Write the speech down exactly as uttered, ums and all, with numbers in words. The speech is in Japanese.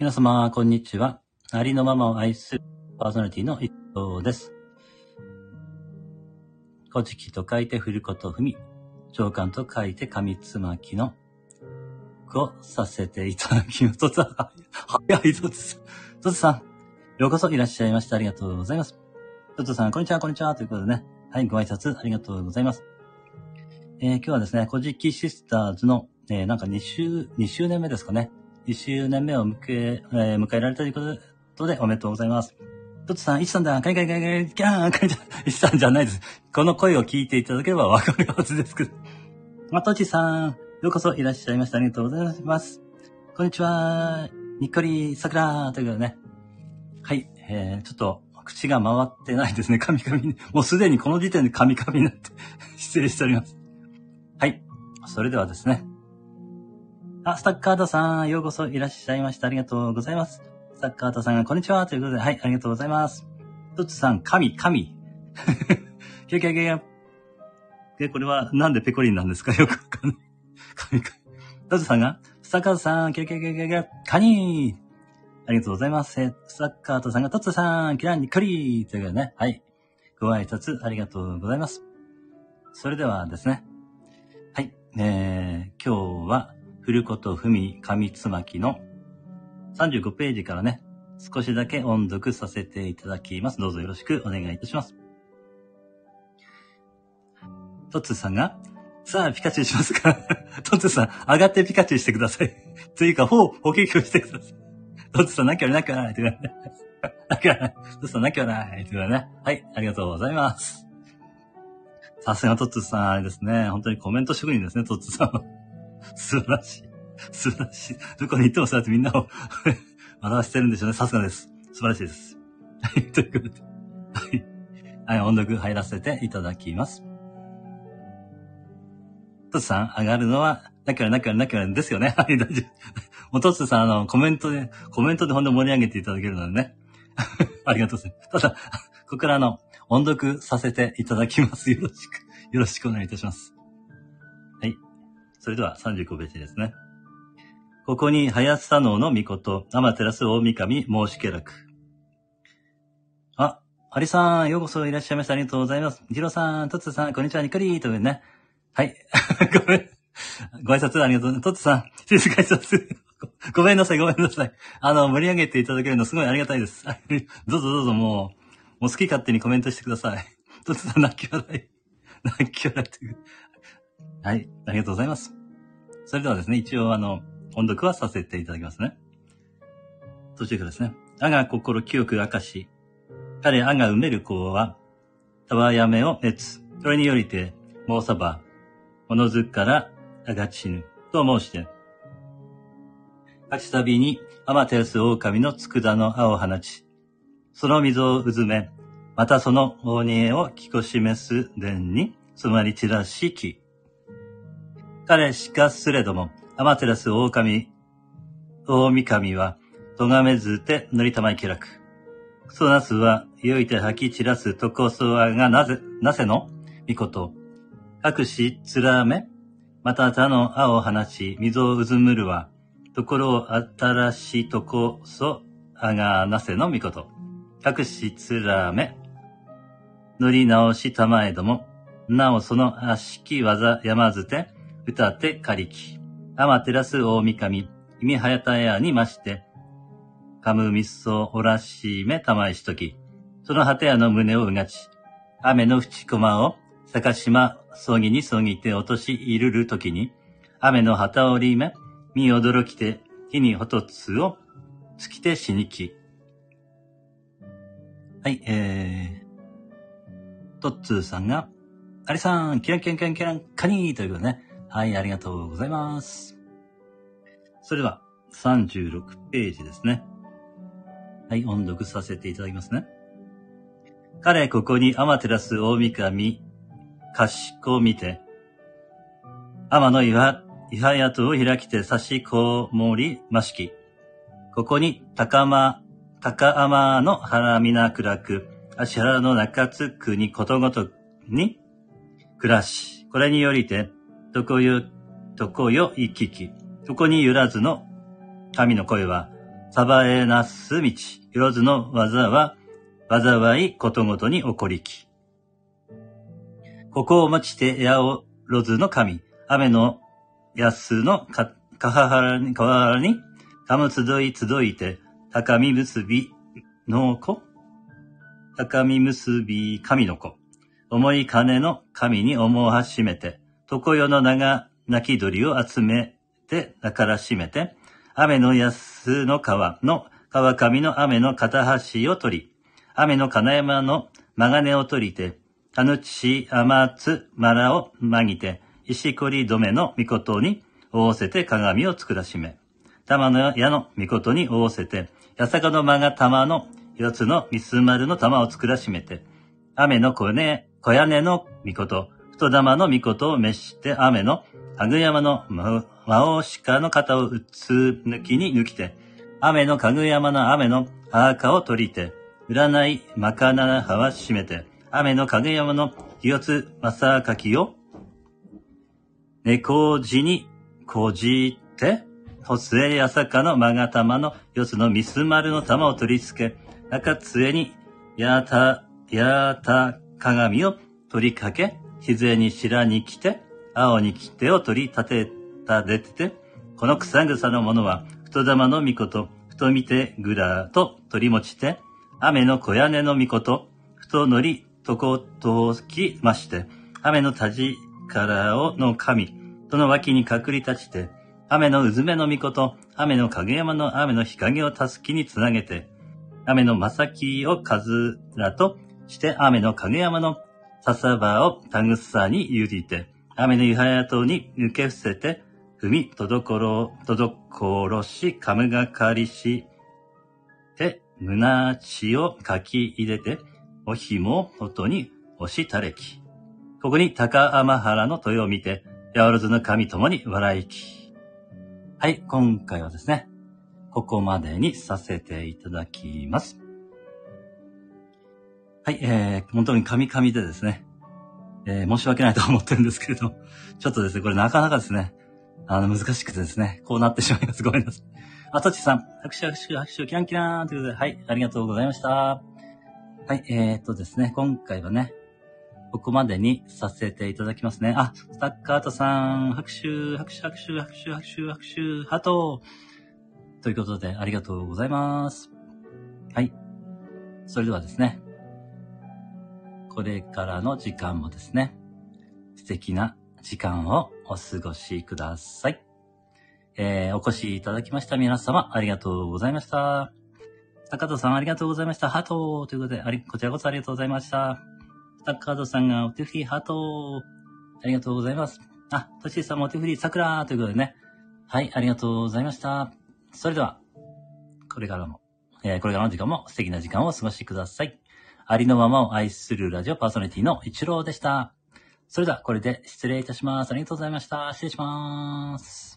皆様、こんにちは。ありのままを愛するパーソナリティの伊藤です。古事記と書いて振ること踏み、長官と書いて紙つまきの句をさせていただきます。とつさん、早いとつさん。とつさん、ようこそいらっしゃいました。ありがとうございます。とつさん、こんにちは、こんにちは。ということでね。はい、ご挨拶ありがとうございます。えー、今日はですね、古事記シスターズの、えー、なんか2周、2周年目ですかね。いっしゅうねんめを迎え、えー、迎えられたということでおめでとうございます。とつさん、いちさんだ、カリカリカリカリ、キャーン、カリカリ、いちさんじゃないです。この声を聞いていただければわかるはずですけど。まとちさん、ようこそいらっしゃいました。ありがとうございます。こんにちは、にっこり桜ということでね。はい、えー、ちょっと口が回ってないですね。カミカミに。もうすでにこの時点でカミカミになって失礼しております。はい、それではですね。あ、スタッカードさん、ようこそいらっしゃいました。ありがとうございます。スタッカードさん、こんにちは。ということで、はい、ありがとうございます。トツさん、神、神。キャキャキャキャ。これはなんでペコリンなんですか？よくわかんない。神、神。トツさんが、スタッカードさん、キャキャキャキャキャ、カニー。ありがとうございます。スタッカードさんが、トツさん、キランニカリー。ということでね、はい。ご挨拶ありがとうございます。それではですね、はい、えー、今日は、振ること踏み紙つまきのさんじゅうごページからね、少しだけ音読させていただきます。どうぞよろしくお願いいたします。トッツーさんが、さあピカチュウしますか？トッツーさん、上がってピカチュウしてください。というか、ほう、おけきをしてください。トッツーさん、なきゃなきゃない。というかね。なきゃない。トッツーさん、なきゃない。というかね。はい、ありがとうございます。さすがトッツーさん、あれですね。本当にコメント職人ですね、トッツーさんは。素晴らしい。素晴らしい。どこに行ってもそうやってみんなを笑わせてるんでしょうね。さすがです。素晴らしいです。はい。ということで。はい。はい。音読入らせていただきます。トツさん、上がるのは、なきゃなきゃなきゃですよね。はい。大丈夫。もうトツさん、あの、コメントで、コメントでほんと盛り上げていただけるのでね。ありがとうございます。ただ、ここからあの、音読させていただきます。よろしく、よろしくお願いいたします。はい。それではさんじゅうごページですね。ここに、早佐能の御事、天照大神申し家楽。あ、ハリさん、ようこそいらっしゃいました。ありがとうございます。ジローさん、トッツさん、こんにちは、にっこりーというね。はい。ごめん。ご挨拶ありがとう。トッツさん、静かにします。ごめんなさい、ごめんなさい。あの、盛り上げていただけるのすごいありがたいです。どうぞどうぞもう、もう好き勝手にコメントしてください。トッツさん、泣き笑い。泣き笑いという。はい、ありがとうございます。それではですね、一応あの、音読はさせていただきますね。途中からですね。我が心清く明かし、彼我が埋める子は、たわやめを滅。それによりて、もうさば、おのずからあがちぬ、と申して、勝ちたびに天照大神の佃の青を放ち、その溝をうずめ、またその大煮えをきこしめす殿に、つまり散らしき。彼しかすれども、天照大神、大神は、とがめずて乗りたまい気楽。クソナスは、よいて吐き散らすとこそわがなぜ、なせのみこと。各しつらめ、また他の青を放ち、溝をうずむるは、ところを新しいとこそ、あがなせのみこと。各しつらめ、乗り直したまえども、なおその悪しき技山ずて、歌って借りき。天照大神、意味はやたやにまして、かむみそおらしめたまいしとき、その果てやの胸をうがち、雨の淵駒を、坂島そぎにそぎて落とし入るるときに、雨の旗折りめ、見驚きて、火にほとつを、つきて死にき。はい、えー、トッツーさんが、アリさん、キランキランキランキランカニーということでね。はい、ありがとうございます。それでは、さんじゅうろくページですね。はい、音読させていただきますね。彼ここに天照大神、かしこみて、天の岩、いはやとを開きて差しこもりましき。ここに高間、高天の原みなくらく、足原の中津区にことごとに暮らし、これによりて、どこよ、どこよ行き来、そこに揺らずの神の声は、 さばえなす道。よろずの技は、災いことごとに起こりき。ここをもちてやおろずの神。雨の安のか、かははらに、かわはらに、かむつどいつどいて、高み結びの子。高み結び神の子。重い金の神に思わしめて、常世の長泣き鳥を集めて、だからしめて、雨の安の川の川上の雨の片端を取り、雨の金山の曲金を取りて、かぬち甘つまらをまぎて、石こり止めの御事に仰せて鏡を作らしめ、玉の矢の御事に仰せて、八坂の間が玉の四つの三つ丸の玉を作らしめて、雨の小屋小屋根の御事、太玉の御事を召して、雨のかぐ山の魔王鹿の肩をうつ抜きに抜きて、雨のかぐ山の雨の墓を取りて、占いまかな葉は閉めて、雨のかぐ山の四つ正柿を、猫地にこじて、細えやさかのまが玉の四つのミス丸の玉を取り付け、中杖にやた、やた鏡を取りかけ、静に白に来て、青に切手を取り立てたでてて、この草草のものは、太玉の御事、太見てぐらと取り持ちて、雨の小屋根の御事、太のりとこときまして、雨のたじからをの神、その脇に隠り立ちて、雨のうずめの御事、雨の影山の雨の日陰をたすきにつなげて、雨のまさきをかずらとして、雨の影山の笹場をたぐさにゆりて、雨のゆはやとに抜け伏せて、踏み、とどころ、とどころし、かむがかりして、胸血をかき入れて、おひもを外に押したれき。ここに高天原の豊を見て、やわらずの神ともに笑いき。はい、今回はですね、ここまでにさせていただきます。はい、えー、本当に神々でですね、えー、申し訳ないと思ってるんですけれど、ちょっとですね、これなかなかですね、あの、難しくてですね、こうなってしまいます。ごめんなさい。あとちさん、拍手拍手拍手、キランキラーンということで、はい、ありがとうございました。はい、えーっとですね、今回はね、ここまでにさせていただきますね。あ、スタッカートさん、拍手、拍手、拍手、拍手、拍手、拍手、ハートということで、ありがとうございます。はい。それではですね、これからの時間もですね、素敵な時間をお過ごしください。えー、お越しいただきました皆様、ありがとうございました。高藤さん、ありがとうございました。ハートということで、あり、こちらこそありがとうございました。高藤さんがお手振りハートありがとうございます。あ、としーさんもお手振り桜ということでね。はい、ありがとうございました。それでは、これからも、えー、これからの時間も素敵な時間をお過ごしください。ありのままを愛するラジオパーソナリティの一郎でした。それではこれで失礼いたします。ありがとうございました。失礼します。